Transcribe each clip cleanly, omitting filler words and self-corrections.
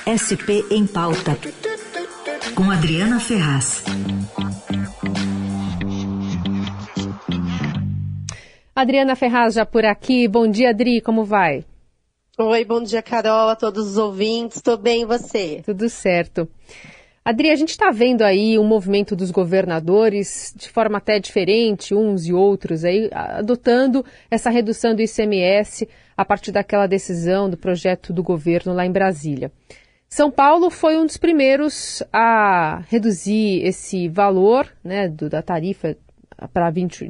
SP em Pauta, com Adriana Ferraz. Adriana Ferraz já por aqui. Bom dia, Adri, como vai? Oi, bom dia, Carol, a todos os ouvintes. Estou bem, e você? Tudo certo. Adri, a gente está vendo aí um movimento dos governadores de forma até diferente, uns e outros, aí, adotando essa redução do ICMS a partir daquela decisão do projeto do governo lá em Brasília. São Paulo foi um dos primeiros a reduzir esse valor, né, da tarifa para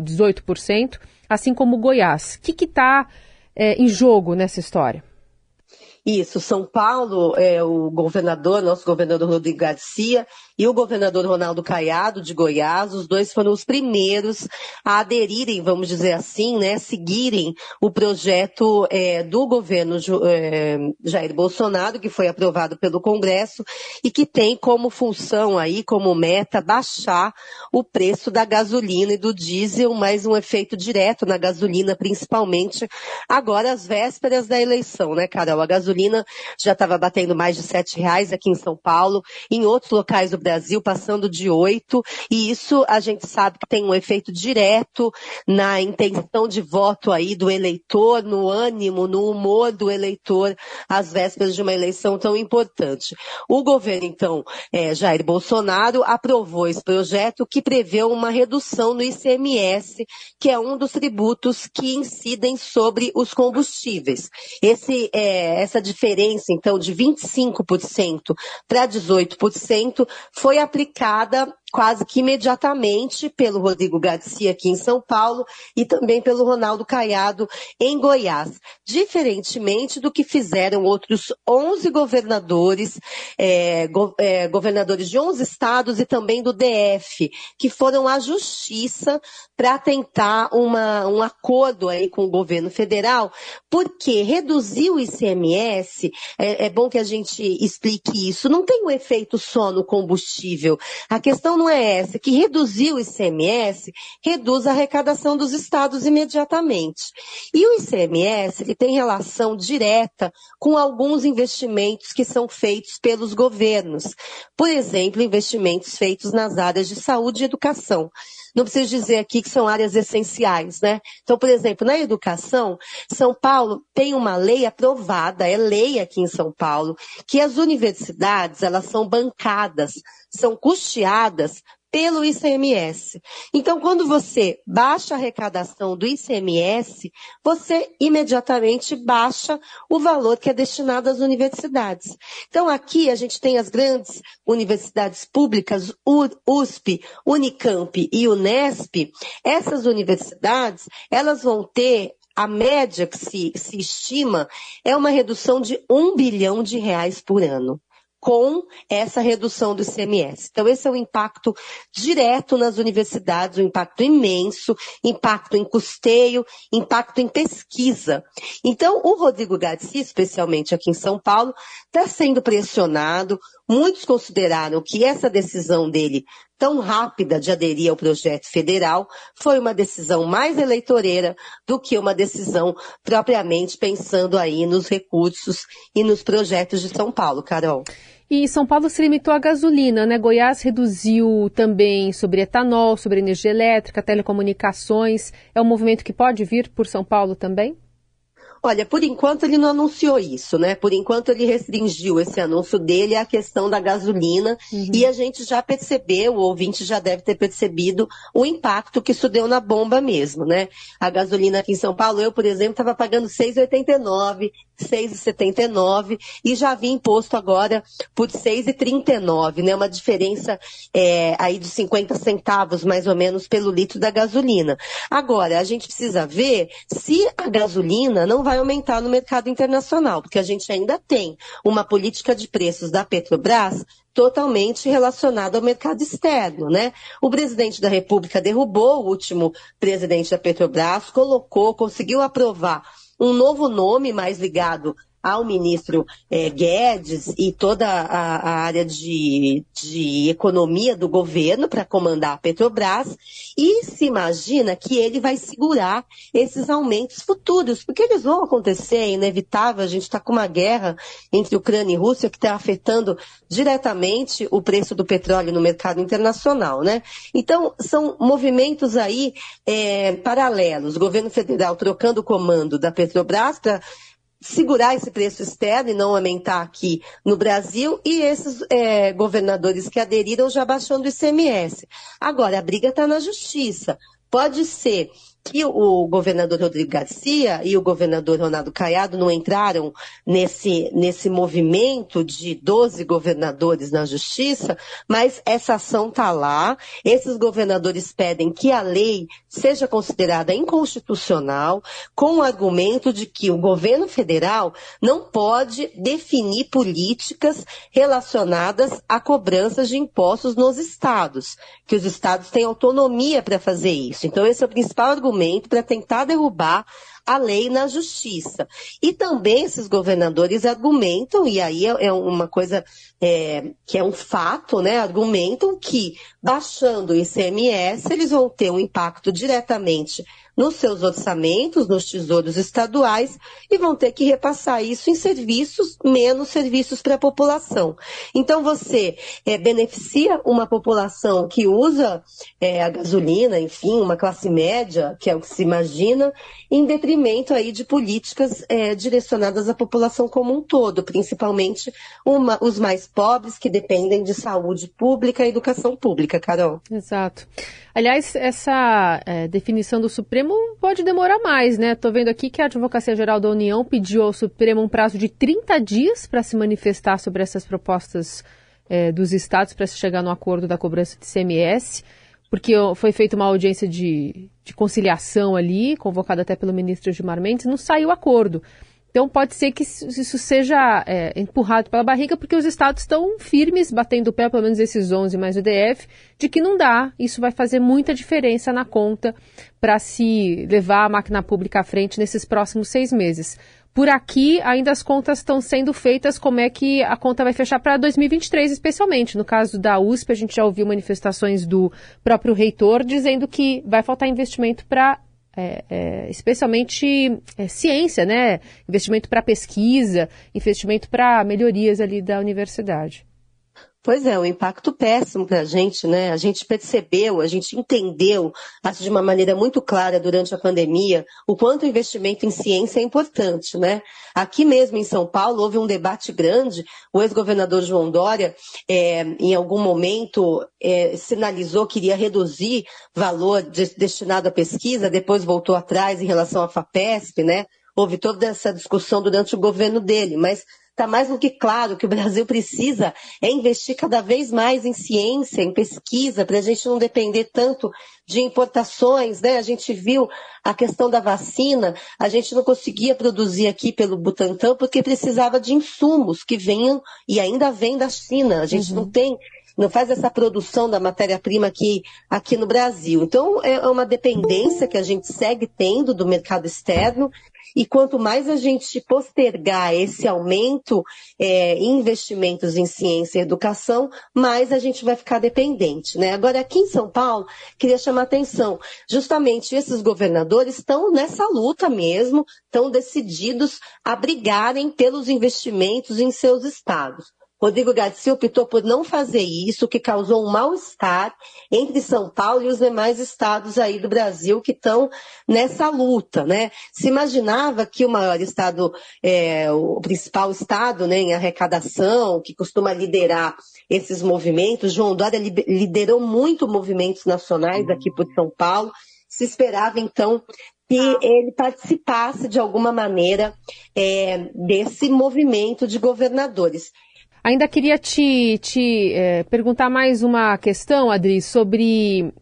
18%, assim como Goiás. O que está em jogo nessa história? Isso, São Paulo, o governador, nosso governador Rodrigo Garcia e o governador Ronaldo Caiado de Goiás, os dois foram os primeiros a aderirem, vamos dizer assim, né, seguirem o projeto do governo Jair Bolsonaro, que foi aprovado pelo Congresso e que tem como função aí, como meta, baixar o preço da gasolina e do diesel, mais um efeito direto na gasolina, principalmente agora às vésperas da eleição, né, Carol? A gasolina já estava batendo mais de R$7 aqui em São Paulo, em outros locais do Brasil passando de 8, e isso a gente sabe que tem um efeito direto na intenção de voto aí do eleitor, no ânimo, no humor do eleitor às vésperas de uma eleição tão importante. O governo, então, Jair Bolsonaro, aprovou esse projeto que prevê uma redução no ICMS, que é um dos tributos que incidem sobre os combustíveis. Essa diferença, então, de 25% para 18% foi aplicada quase que imediatamente pelo Rodrigo Garcia aqui em São Paulo e também pelo Ronaldo Caiado em Goiás, diferentemente do que fizeram outros 11 governadores, governadores de 11 estados e também do DF, que foram à justiça para tentar um acordo aí com o governo federal, porque reduzir o ICMS, é bom que a gente explique isso, não tem um efeito só no combustível. A questão não é essa, que reduzir o ICMS reduz a arrecadação dos estados imediatamente. E o ICMS, ele tem relação direta com alguns investimentos que são feitos pelos governos. Por exemplo, investimentos feitos nas áreas de saúde e educação. Não preciso dizer aqui que são áreas essenciais, né? Então, por exemplo, na educação, São Paulo tem uma lei aprovada, é lei aqui em São Paulo, que as universidades, elas são bancadas, são custeadas pelo ICMS. Então, quando você baixa a arrecadação do ICMS, você imediatamente baixa o valor que é destinado às universidades. Então, aqui a gente tem as grandes universidades públicas, USP, Unicamp e Unesp. Essas universidades, elas vão ter a média que se estima é uma redução de R$1 bilhão por ano, com essa redução do ICMS. Então, esse é o impacto direto nas universidades, um impacto imenso, impacto em custeio, impacto em pesquisa. Então, o Rodrigo Garcia, especialmente aqui em São Paulo, está sendo pressionado. Muitos consideraram que essa decisão dele, tão rápida de aderir ao projeto federal, foi uma decisão mais eleitoreira do que uma decisão propriamente pensando aí nos recursos e nos projetos de São Paulo, Carol. E São Paulo se limitou à gasolina, né? Goiás reduziu também sobre etanol, sobre energia elétrica, telecomunicações. É um movimento que pode vir por São Paulo também? Olha, por enquanto ele não anunciou isso, né? Por enquanto ele restringiu esse anúncio dele à questão da gasolina e a gente já percebeu, o ouvinte já deve ter percebido o impacto que isso deu na bomba mesmo, né? A gasolina aqui em São Paulo, eu, por exemplo, estava pagando R$6,89, R$6,79 e já vi imposto agora por R$6,39, né? Uma diferença aí de 50 centavos, mais ou menos, pelo litro da gasolina. Agora, a gente precisa ver se a gasolina não vai aumentar no mercado internacional, porque a gente ainda tem uma política de preços da Petrobras totalmente relacionada ao mercado externo, né? O presidente da República derrubou o último presidente da Petrobras, conseguiu aprovar um novo nome mais ligado ao ministro Guedes e toda a área de economia do governo para comandar a Petrobras, e se imagina que ele vai segurar esses aumentos futuros, porque eles vão acontecer, é inevitável. A gente está com uma guerra entre Ucrânia e Rússia que está afetando diretamente o preço do petróleo no mercado internacional, né? Então, são movimentos aí paralelos. O governo federal trocando o comando da Petrobras para segurar esse preço externo e não aumentar aqui no Brasil, e esses governadores que aderiram já baixando o ICMS. Agora, a briga está na justiça. Pode ser que o governador Rodrigo Garcia e o governador Ronaldo Caiado não entraram nesse movimento de 12 governadores na justiça, mas essa ação está lá. Esses governadores pedem que a lei seja considerada inconstitucional, com o argumento de que o governo federal não pode definir políticas relacionadas a cobranças de impostos nos estados, que os estados têm autonomia para fazer isso. Então, esse é o principal argumento para tentar derrubar a lei na justiça. E também esses governadores argumentam, e aí é uma coisa que é um fato, né? Argumentam que, baixando o ICMS, eles vão ter um impacto diretamente nos seus orçamentos, nos tesouros estaduais, e vão ter que repassar isso em serviços, menos serviços para a população. Então, você beneficia uma população que usa a gasolina, enfim, uma classe média, que é o que se imagina, em detrimento aí de políticas direcionadas à população como um todo, principalmente os mais pobres, que dependem de saúde pública e educação pública, Carol. Exato. Aliás, essa definição do Supremo pode demorar mais, né? Estou vendo aqui que a Advocacia Geral da União pediu ao Supremo um prazo de 30 dias para se manifestar sobre essas propostas dos estados para se chegar no acordo da cobrança de ICMS, porque foi feita uma audiência de conciliação ali, convocada até pelo ministro Gilmar Mendes, não saiu acordo. Então pode ser que isso seja empurrado pela barriga, porque os estados estão firmes, batendo o pé, pelo menos esses 11 mais o DF, de que não dá. Isso vai fazer muita diferença na conta para se levar a máquina pública à frente nesses próximos 6 meses. Por aqui, ainda as contas estão sendo feitas, como é que a conta vai fechar para 2023, especialmente. No caso da USP, a gente já ouviu manifestações do próprio reitor dizendo que vai faltar investimento para especialmente ciência, né? Investimento para pesquisa, investimento para melhorias ali da universidade. Pois é, um impacto péssimo para a gente, né? A gente percebeu, a gente entendeu, acho de uma maneira muito clara durante a pandemia, o quanto o investimento em ciência é importante, né? Aqui mesmo em São Paulo houve um debate grande, o ex-governador João Dória, em algum momento, sinalizou que iria reduzir valor destinado à pesquisa, depois voltou atrás em relação à FAPESP, né? Houve toda essa discussão durante o governo dele, mas está mais do que claro que o Brasil precisa investir cada vez mais em ciência, em pesquisa, para a gente não depender tanto de importações, né? A gente viu a questão da vacina, a gente não conseguia produzir aqui pelo Butantan porque precisava de insumos que venham e ainda vêm da China. A gente não faz essa produção da matéria-prima aqui no Brasil. Então, é uma dependência que a gente segue tendo do mercado externo, e quanto mais a gente postergar esse aumento em investimentos em ciência e educação, mais a gente vai ficar dependente, né? Agora, aqui em São Paulo, queria chamar a atenção, justamente esses governadores estão nessa luta mesmo, estão decididos a brigarem pelos investimentos em seus estados. Rodrigo Garcia optou por não fazer isso, o que causou um mal-estar entre São Paulo e os demais estados aí do Brasil que estão nessa luta, né? Se imaginava que o maior estado, o principal estado, né, em arrecadação, que costuma liderar esses movimentos, João Dória liderou muito movimentos nacionais aqui por São Paulo, se esperava então que ele participasse de alguma maneira desse movimento de governadores. Ainda queria te perguntar mais uma questão, Adri, sobre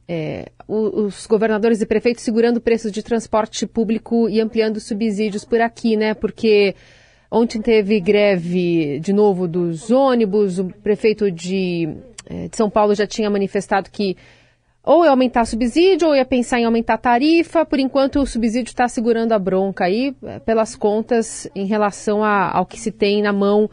os governadores e prefeitos segurando preços de transporte público e ampliando subsídios por aqui, né? Porque ontem teve greve de novo dos ônibus, o prefeito de São Paulo já tinha manifestado que ou é aumentar subsídio, ou é pensar em aumentar a tarifa. Por enquanto, o subsídio está segurando a bronca aí, pelas contas, em relação ao que se tem na mão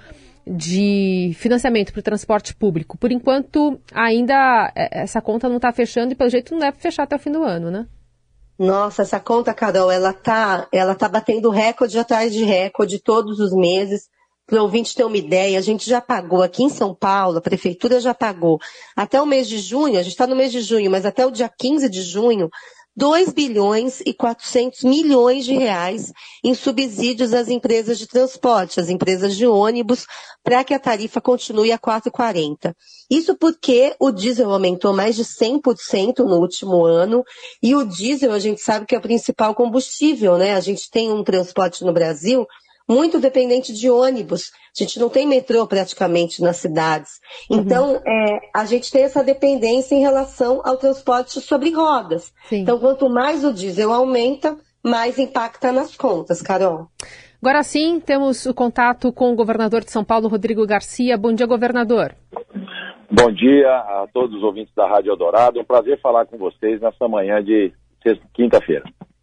de financiamento para o transporte público. Por enquanto, ainda essa conta não está fechando e, pelo jeito, não deve fechar até o fim do ano, né? Nossa, essa conta, Carol, ela tá batendo recorde atrás de recorde todos os meses. Para o ouvinte ter uma ideia, a gente já pagou aqui em São Paulo, a prefeitura já pagou até o mês de junho, a gente está no mês de junho, mas até o dia 15 de junho, 2 bilhões e 400 milhões de reais em subsídios às empresas de transporte, às empresas de ônibus, para que a tarifa continue a 4,40. Isso porque o diesel aumentou mais de 100% no último ano, e o diesel a gente sabe que é o principal combustível, né? A gente tem um transporte no Brasil muito dependente de ônibus. A gente não tem metrô praticamente nas cidades. Então, a gente tem essa dependência em relação ao transporte sobre rodas. Sim. Então, quanto mais o diesel aumenta, mais impacta nas contas, Carol. Agora sim, temos o contato com o governador de São Paulo, Rodrigo Garcia. Bom dia, governador. Bom dia a todos os ouvintes da Rádio Eldorado. É um prazer falar com vocês nessa manhã de quinta-feira.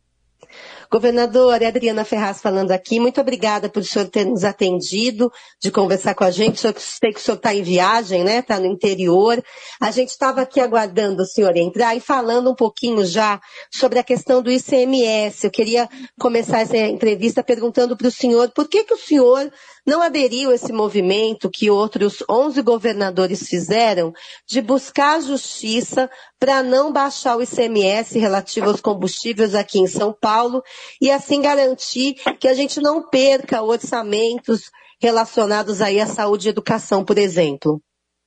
Governador, é Adriana Ferraz falando aqui. Muito obrigada por o senhor ter nos atendido, de conversar com a gente. Eu sei que o senhor está em viagem, né? Está no interior. A gente estava aqui aguardando o senhor entrar e falando um pouquinho já sobre a questão do ICMS. Eu queria começar essa entrevista perguntando para o senhor por que o senhor não aderiu a esse movimento que outros 11 governadores fizeram de buscar a justiça para não baixar o ICMS relativo aos combustíveis aqui em São Paulo e assim garantir que a gente não perca orçamentos relacionados aí à saúde e educação, por exemplo.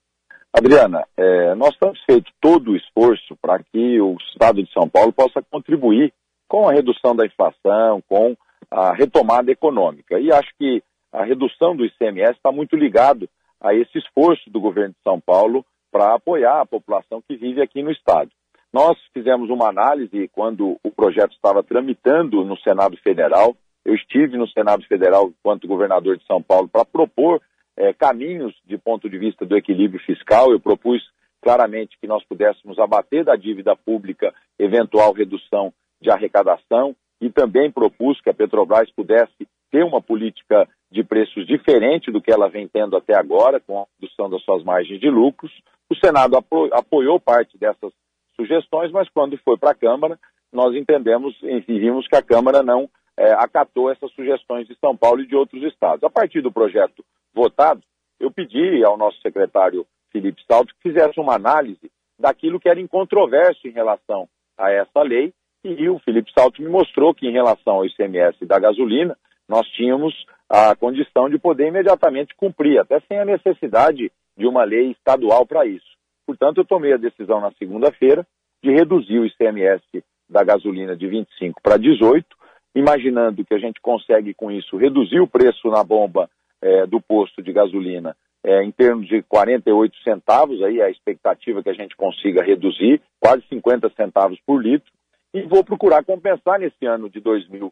Adriana, nós estamos feito todo o esforço para que o Estado de São Paulo possa contribuir com a redução da inflação, com a retomada econômica. E acho que a redução do ICMS está muito ligado a esse esforço do governo de São Paulo para apoiar a população que vive aqui no Estado. Nós fizemos uma análise quando o projeto estava tramitando no Senado Federal. Eu estive no Senado Federal enquanto governador de São Paulo para propor caminhos de ponto de vista do equilíbrio fiscal. Eu propus claramente que nós pudéssemos abater da dívida pública eventual redução de arrecadação e também propus que a Petrobras pudesse ter uma política de preços diferente do que ela vem tendo até agora, com a redução das suas margens de lucros. O Senado apoiou parte dessas sugestões, mas quando foi para a Câmara, nós entendemos e vimos que a Câmara não acatou essas sugestões de São Paulo e de outros estados. A partir do projeto votado, eu pedi ao nosso secretário Felipe Salto que fizesse uma análise daquilo que era incontroverso em relação a essa lei, e o Felipe Salto me mostrou que em relação ao ICMS da gasolina, nós tínhamos a condição de poder imediatamente cumprir, até sem a necessidade de uma lei estadual para isso. Portanto, eu tomei a decisão na segunda-feira de reduzir o ICMS da gasolina de 25 para 18, imaginando que a gente consegue com isso reduzir o preço na bomba do posto de gasolina em termos de 48 centavos, aí é a expectativa que a gente consiga reduzir, quase 50 centavos por litro, e vou procurar compensar nesse ano de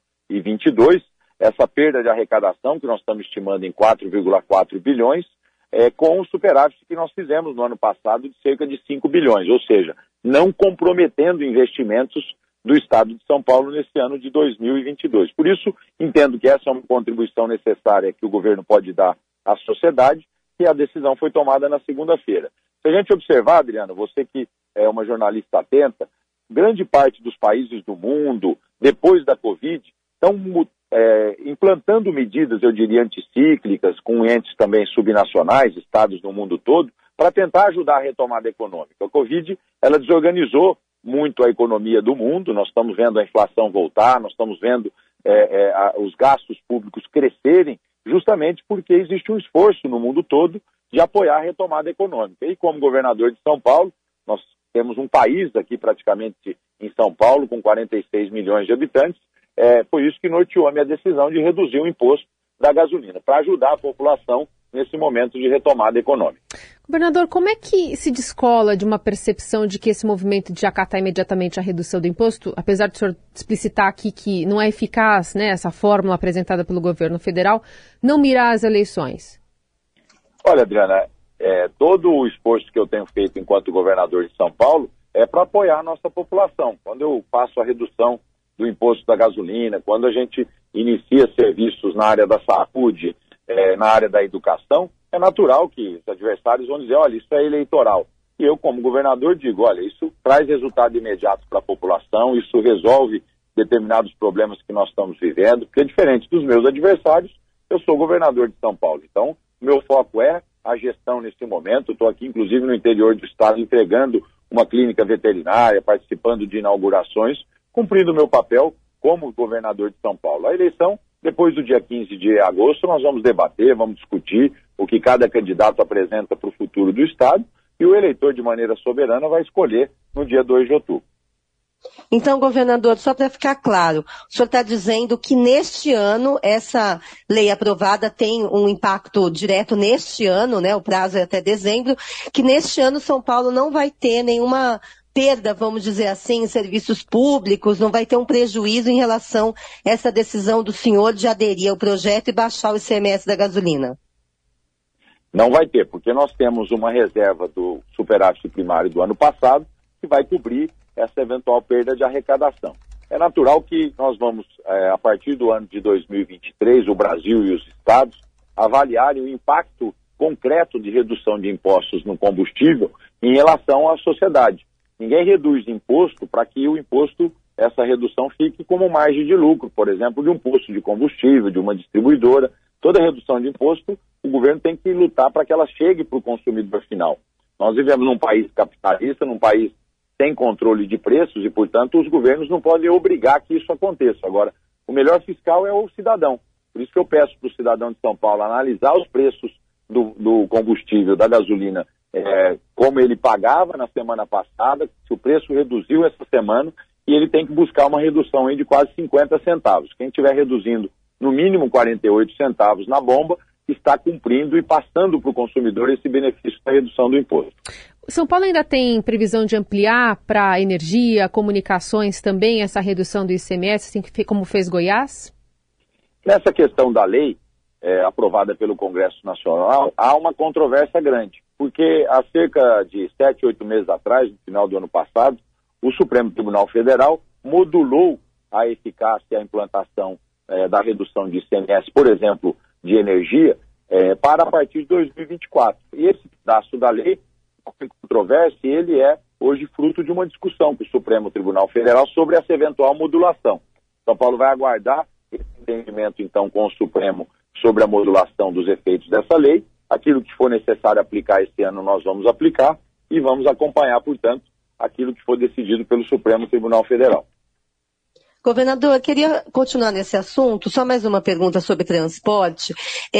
2022 essa perda de arrecadação, que nós estamos estimando em 4,4 bilhões, com o superávit que nós fizemos no ano passado de cerca de 5 bilhões, ou seja, não comprometendo investimentos do Estado de São Paulo nesse ano de 2022. Por isso, entendo que essa é uma contribuição necessária que o governo pode dar à sociedade, e a decisão foi tomada na segunda-feira. Se a gente observar, Adriana, você que é uma jornalista atenta, grande parte dos países do mundo, depois da Covid, estão implantando medidas, eu diria, anticíclicas, com entes também subnacionais, estados no mundo todo, para tentar ajudar a retomada econômica. A Covid, ela desorganizou muito a economia do mundo, nós estamos vendo a inflação voltar, nós estamos vendo os gastos públicos crescerem, justamente porque existe um esforço no mundo todo de apoiar a retomada econômica. E como governador de São Paulo, nós temos um país aqui praticamente em São Paulo, com 46 milhões de habitantes, foi isso que norteou a minha decisão de reduzir o imposto da gasolina, para ajudar a população nesse momento de retomada econômica. Governador, como é que se descola de uma percepção de que esse movimento de acatar imediatamente a redução do imposto, apesar de o senhor explicitar aqui que não é eficaz, né, essa fórmula apresentada pelo governo federal, não mirar as eleições? Olha, Adriana, todo o esforço que eu tenho feito enquanto governador de São Paulo é para apoiar a nossa população. Quando eu faço a redução do imposto da gasolina, quando a gente inicia serviços na área da saúde, na área da educação, é natural que os adversários vão dizer, olha, isso é eleitoral. E eu, como governador, digo, olha, isso traz resultado imediato para a população, isso resolve determinados problemas que nós estamos vivendo, porque diferente dos meus adversários, eu sou governador de São Paulo. Então, o meu foco é a gestão nesse momento. Estou aqui, inclusive, no interior do estado, entregando uma clínica veterinária, participando de inaugurações, cumprindo o meu papel como governador de São Paulo. A eleição, depois do dia 15 de agosto, nós vamos debater, vamos discutir o que cada candidato apresenta para o futuro do estado, e o eleitor, de maneira soberana, vai escolher no dia 2 de outubro. Então, governador, só para ficar claro, o senhor está dizendo que neste ano essa lei aprovada tem um impacto direto neste ano, né? O prazo é até dezembro, que neste ano São Paulo não vai ter nenhuma perda, vamos dizer assim, em serviços públicos, não vai ter um prejuízo em relação a essa decisão do senhor de aderir ao projeto e baixar o ICMS da gasolina. Não vai ter, porque nós temos uma reserva do superávit primário do ano passado que vai cobrir essa eventual perda de arrecadação. É natural que nós vamos, a partir do ano de 2023, o Brasil e os estados avaliarem o impacto concreto de redução de impostos no combustível em relação à sociedade. Ninguém reduz imposto para que o imposto, essa redução, fique como margem de lucro, por exemplo, de um posto de combustível, de uma distribuidora. Toda redução de imposto, o governo tem que lutar para que ela chegue para o consumidor final. Nós vivemos num país capitalista, num país sem controle de preços e, portanto, os governos não podem obrigar que isso aconteça. Agora, o melhor fiscal é o cidadão. Por isso que eu peço para o cidadão de São Paulo analisar os preços do combustível, da gasolina, como ele pagava na semana passada, se o preço reduziu essa semana, e ele tem que buscar uma redução aí de quase 50 centavos. Quem estiver reduzindo no mínimo 48 centavos na bomba, está cumprindo e passando para o consumidor esse benefício da redução do imposto. São Paulo ainda tem previsão de ampliar para energia, comunicações também essa redução do ICMS, assim como fez Goiás? Nessa questão da lei aprovada pelo Congresso Nacional, há uma controvérsia grande, porque há cerca de 7, 8 meses atrás, no final do ano passado, o Supremo Tribunal Federal modulou a eficácia e a implantação da redução de ICMS, por exemplo, de energia, para a partir de 2024. E esse pedaço da lei, sem controvérsia, ele é hoje fruto de uma discussão com o Supremo Tribunal Federal sobre essa eventual modulação. São Paulo vai aguardar esse entendimento, então, com o Supremo sobre a modulação dos efeitos dessa lei. Aquilo que for necessário aplicar esse ano, nós vamos aplicar e vamos acompanhar, portanto, aquilo que for decidido pelo Supremo Tribunal Federal. Governador, eu queria continuar nesse assunto, só mais uma pergunta sobre transporte.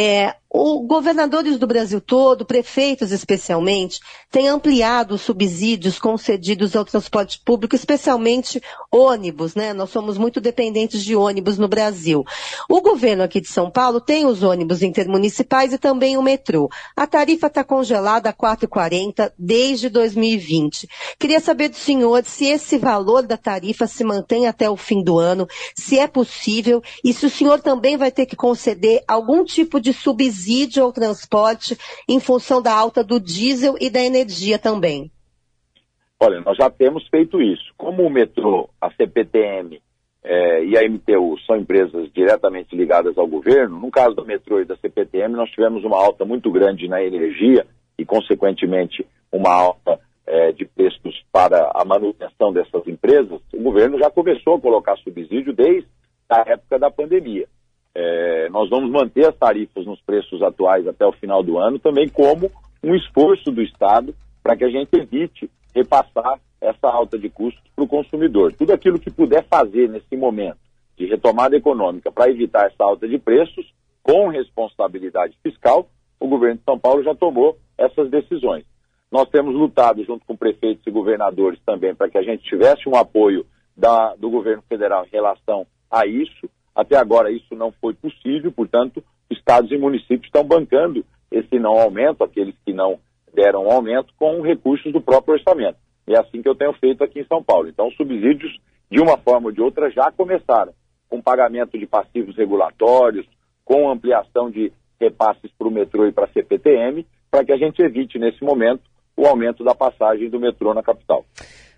Os governadores do Brasil todo, prefeitos especialmente, têm ampliado os subsídios concedidos ao transporte público, especialmente ônibus, né? Nós somos muito dependentes de ônibus no Brasil. O governo aqui de São Paulo tem os ônibus intermunicipais e também o metrô. A tarifa está congelada a R$ 4,40 desde 2020. Queria saber do senhor se esse valor da tarifa se mantém até o fim do ano, se é possível, e se o senhor também vai ter que conceder algum tipo de subsídio ao transporte em função da alta do diesel e da energia também. Olha, nós já temos feito isso. Como o metrô, a CPTM e a MTU são empresas diretamente ligadas ao governo, no caso do metrô e da CPTM, nós tivemos uma alta muito grande na energia e, consequentemente, uma alta de preços para a manutenção dessas empresas. O governo já começou a colocar subsídio desde a época da pandemia. Nós vamos manter as tarifas nos preços atuais até o final do ano, também como um esforço do Estado para que a gente evite repassar essa alta de custos para o consumidor. Tudo aquilo que puder fazer nesse momento de retomada econômica para evitar essa alta de preços, com responsabilidade fiscal, o governo de São Paulo já tomou essas decisões. Nós temos lutado junto com prefeitos e governadores também para que a gente tivesse um apoio do governo federal em relação a isso. Até agora isso não foi possível, portanto, estados e municípios estão bancando esse não aumento, aqueles que não deram aumento, com recursos do próprio orçamento. E é assim que eu tenho feito aqui em São Paulo. Então, os subsídios, de uma forma ou de outra, já começaram, com pagamento de passivos regulatórios, com ampliação de repasses para o metrô e para a CPTM, para que a gente evite, nesse momento, o aumento da passagem do metrô na capital.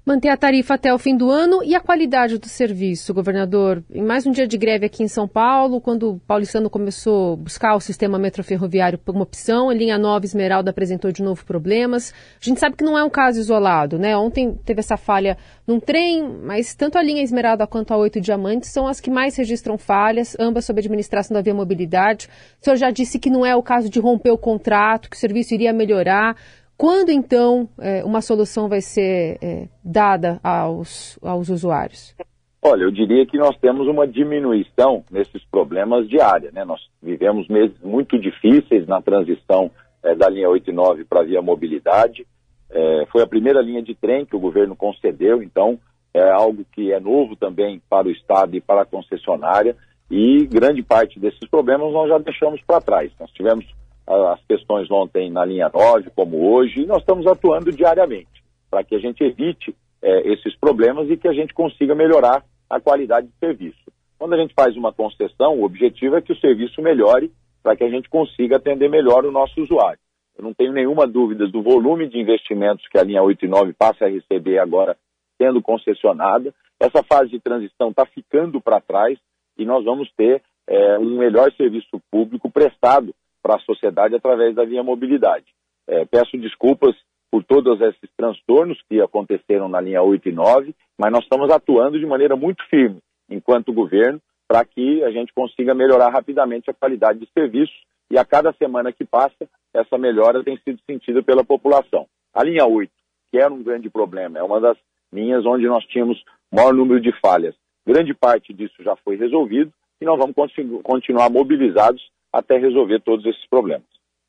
Manter a tarifa até o fim do ano e a qualidade do serviço, governador. Em mais um dia de greve aqui em São Paulo, quando o paulistano começou a buscar o sistema metroferroviário por uma opção, a linha 9 Esmeralda apresentou de novo problemas. A gente sabe que não é um caso isolado, né? Ontem teve essa falha num trem, mas tanto a linha Esmeralda quanto a 8 Diamantes são as que mais registram falhas, ambas sob administração da Via Mobilidade. O senhor já disse que não é o caso de romper o contrato, que o serviço iria melhorar. Quando, então, uma solução vai ser dada aos usuários? Olha, eu diria que nós temos uma diminuição nesses problemas diária, né? Nós vivemos meses muito difíceis na transição da linha 8 e 9 para a Via Mobilidade. Foi a primeira linha de trem que o governo concedeu, então é algo que é novo também para o Estado e para a concessionária, e grande parte desses problemas nós já deixamos para trás. Nós tivemos as questões ontem na linha 9, como hoje, e nós estamos atuando diariamente para que a gente evite esses problemas e que a gente consiga melhorar a qualidade do serviço. Quando a gente faz uma concessão, o objetivo é que o serviço melhore para que a gente consiga atender melhor o nosso usuário. Eu não tenho nenhuma dúvida do volume de investimentos que a linha 8 e 9 passa a receber agora sendo concessionada. Essa fase de transição está ficando para trás e nós vamos ter um melhor serviço público prestado para a sociedade através da Via Mobilidade. Peço desculpas por todos esses transtornos que aconteceram na linha 8 e 9, mas nós estamos atuando de maneira muito firme, enquanto governo, para que a gente consiga melhorar rapidamente a qualidade de serviço, e a cada semana que passa, essa melhora tem sido sentida pela população. A linha 8, que era um grande problema, é uma das linhas onde nós tínhamos maior número de falhas. Grande parte disso já foi resolvido e nós vamos continuar mobilizados até resolver todos esses problemas.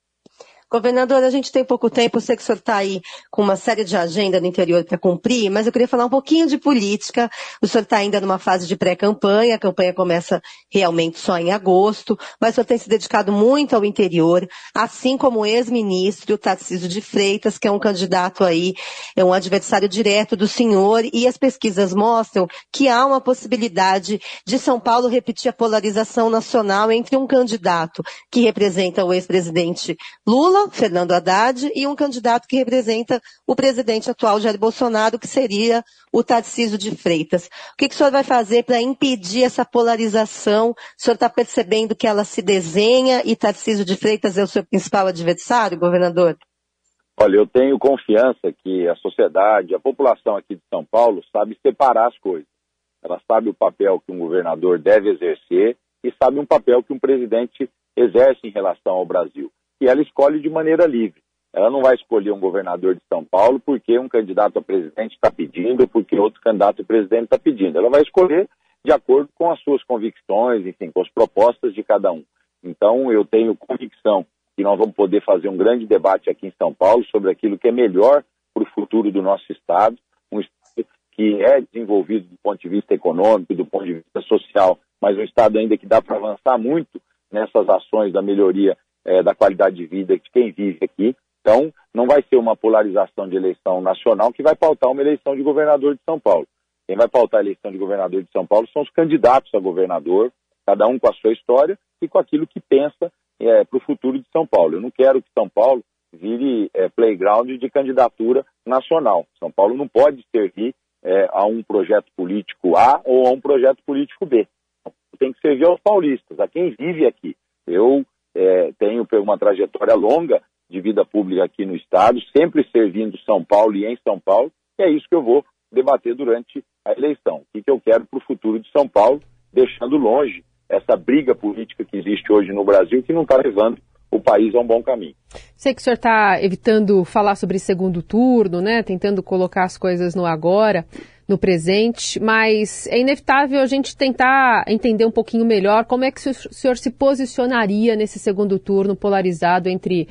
Governador, a gente tem pouco tempo, eu sei que o senhor está aí com uma série de agenda no interior para cumprir, mas eu queria falar um pouquinho de política. O senhor está ainda numa fase de pré-campanha, a campanha começa realmente só em agosto, mas o senhor tem se dedicado muito ao interior, assim como o ex-ministro Tarcísio de Freitas, que é um candidato aí, é um adversário direto do senhor, e as pesquisas mostram que há uma possibilidade de São Paulo repetir a polarização nacional entre um candidato que representa o ex-presidente Lula, Fernando Haddad, e um candidato que representa o presidente atual, Jair Bolsonaro, que seria o Tarcísio de Freitas. O que o senhor vai fazer para impedir essa polarização? O senhor está percebendo que ela se desenha e Tarcísio de Freitas é o seu principal adversário, governador? Olha, eu tenho confiança que a sociedade, a população aqui de São Paulo sabe separar as coisas. Ela sabe o papel que um governador deve exercer e sabe um papel que um presidente exerce em relação ao Brasil. E ela escolhe de maneira livre. Ela não vai escolher um governador de São Paulo porque um candidato a presidente está pedindo, porque outro candidato a presidente está pedindo. Ela vai escolher de acordo com as suas convicções, enfim, com as propostas de cada um. Então, eu tenho convicção que nós vamos poder fazer um grande debate aqui em São Paulo sobre aquilo que é melhor para o futuro do nosso Estado, um Estado que é desenvolvido do ponto de vista econômico, do ponto de vista social, mas um Estado ainda que dá para avançar muito nessas ações da melhoria da qualidade de vida de quem vive aqui. Então, não vai ser uma polarização de eleição nacional que vai pautar uma eleição de governador de São Paulo. Quem vai pautar a eleição de governador de São Paulo são os candidatos a governador, cada um com a sua história e com aquilo que pensa para o futuro de São Paulo. Eu não quero que São Paulo vire playground de candidatura nacional. São Paulo não pode servir a um projeto político A ou a um projeto político B. Tem que servir aos paulistas, a quem vive aqui. Eu tenho uma trajetória longa de vida pública aqui no Estado, sempre servindo São Paulo e em São Paulo, e é isso que eu vou debater durante a eleição. O que eu quero para o futuro de São Paulo, deixando longe essa briga política que existe hoje no Brasil, que não está levando o país a um bom caminho. Sei que o senhor está evitando falar sobre segundo turno, né? Tentando colocar as coisas no agora, no presente, mas é inevitável a gente tentar entender um pouquinho melhor como é que o senhor se posicionaria nesse segundo turno polarizado entre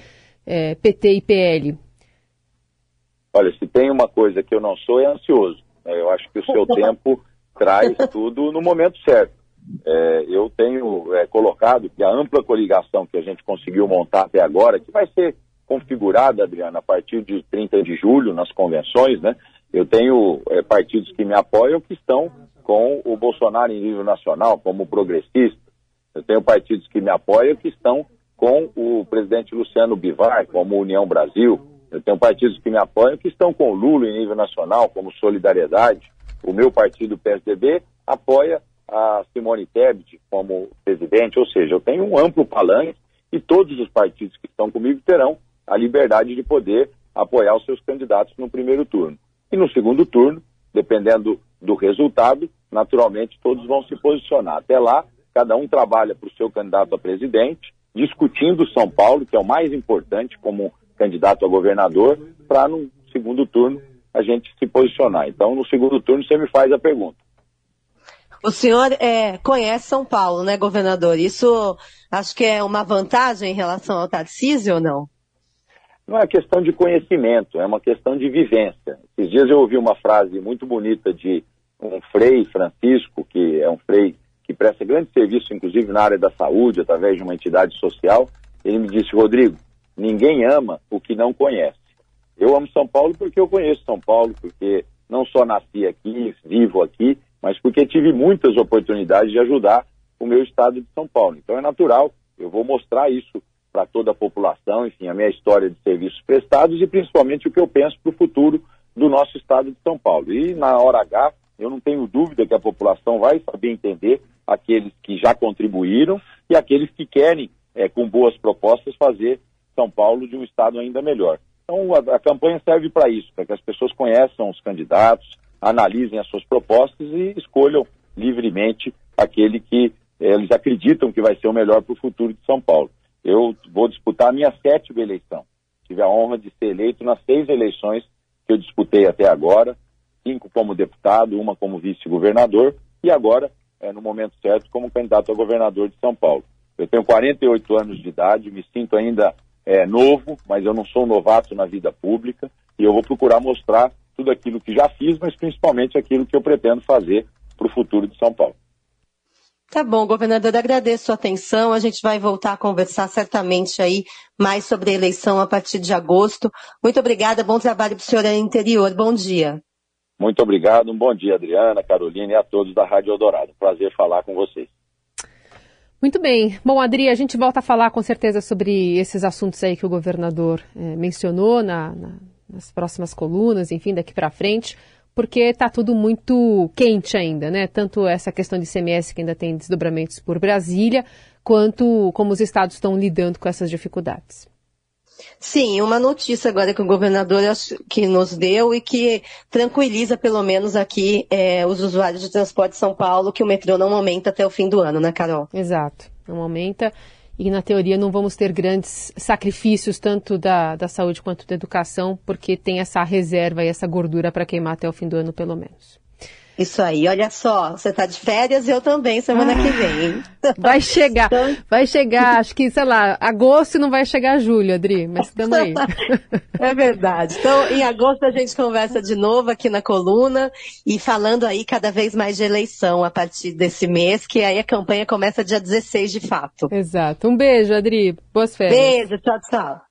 PT e PL. Olha, se tem uma coisa que eu não sou, é ansioso. Eu acho que o seu tempo traz tudo no momento certo. Eu tenho colocado que a ampla coligação que a gente conseguiu montar até agora, que vai ser configurada, Adriana, a partir de 30 de julho nas convenções, né? Eu tenho partidos que me apoiam que estão com o Bolsonaro em nível nacional, como o Progressista. Eu tenho partidos que me apoiam que estão com o presidente Luciano Bivar, como União Brasil. Eu tenho partidos que me apoiam que estão com o Lula em nível nacional, como Solidariedade. O meu partido, o PSDB, apoia a Simone Tebet como presidente, ou seja, eu tenho um amplo palanque e todos os partidos que estão comigo terão a liberdade de poder apoiar os seus candidatos no primeiro turno. E no segundo turno, dependendo do resultado, naturalmente todos vão se posicionar. Até lá, cada um trabalha para o seu candidato a presidente, discutindo São Paulo, que é o mais importante como candidato a governador, para no segundo turno a gente se posicionar. Então, no segundo turno, você me faz a pergunta. O senhor conhece São Paulo, né, governador? Isso acho que é uma vantagem em relação ao Tarcísio ou não? Não é questão de conhecimento, é uma questão de vivência. Esses dias eu ouvi uma frase muito bonita de um frei Francisco, que é um frei que presta grande serviço, inclusive na área da saúde, através de uma entidade social. Ele me disse: Rodrigo, ninguém ama o que não conhece. Eu amo São Paulo porque eu conheço São Paulo, porque não só nasci aqui, vivo aqui, mas porque tive muitas oportunidades de ajudar o meu estado de São Paulo. Então é natural, eu vou mostrar isso para toda a população, enfim, a minha história de serviços prestados e principalmente o que eu penso para o futuro do nosso estado de São Paulo. E na hora H, eu não tenho dúvida que a população vai saber entender aqueles que já contribuíram e aqueles que querem, com boas propostas, fazer São Paulo de um estado ainda melhor. Então a campanha serve para isso, para que as pessoas conheçam os candidatos, analisem as suas propostas e escolham livremente aquele que eles acreditam que vai ser o melhor para o futuro de São Paulo. Eu vou disputar a minha 7ª eleição. Tive a honra de ser eleito nas 6 eleições que eu disputei até agora, 5 como deputado, 1 como vice-governador e agora, no momento certo, como candidato a governador de São Paulo. Eu tenho 48 anos de idade, me sinto ainda novo, mas eu não sou um novato na vida pública e eu vou procurar mostrar tudo aquilo que já fiz, mas principalmente aquilo que eu pretendo fazer para o futuro de São Paulo. Tá bom, governador, agradeço a sua atenção. A gente vai voltar a conversar certamente aí mais sobre a eleição a partir de agosto. Muito obrigada, bom trabalho para o senhor aí no interior. Bom dia. Muito obrigado, um bom dia, Adriana, Carolina e a todos da Rádio Eldorado. Prazer falar com vocês. Muito bem. Bom, Adri, a gente volta a falar com certeza sobre esses assuntos aí que o governador mencionou nas próximas colunas, enfim, daqui para frente, porque está tudo muito quente ainda, né? Tanto essa questão de ICMS que ainda tem desdobramentos por Brasília, quanto como os estados estão lidando com essas dificuldades. Sim, uma notícia agora que o governador que nos deu e que tranquiliza pelo menos aqui os usuários de transporte de São Paulo, que o metrô não aumenta até o fim do ano, né, Carol? Exato, não aumenta e na teoria não vamos ter grandes sacrifícios tanto da saúde quanto da educação, porque tem essa reserva e essa gordura para queimar até o fim do ano pelo menos. Isso aí, olha só, você tá de férias e eu também, semana que vem, hein? Vai chegar, acho que, sei lá, agosto e não vai chegar julho, Adri, mas estamos aí. É verdade. Então, em agosto a gente conversa de novo aqui na coluna e falando aí cada vez mais de eleição a partir desse mês, que aí a campanha começa dia 16 de fato. Exato. Um beijo, Adri. Boas férias. Beijo, tchau, tchau.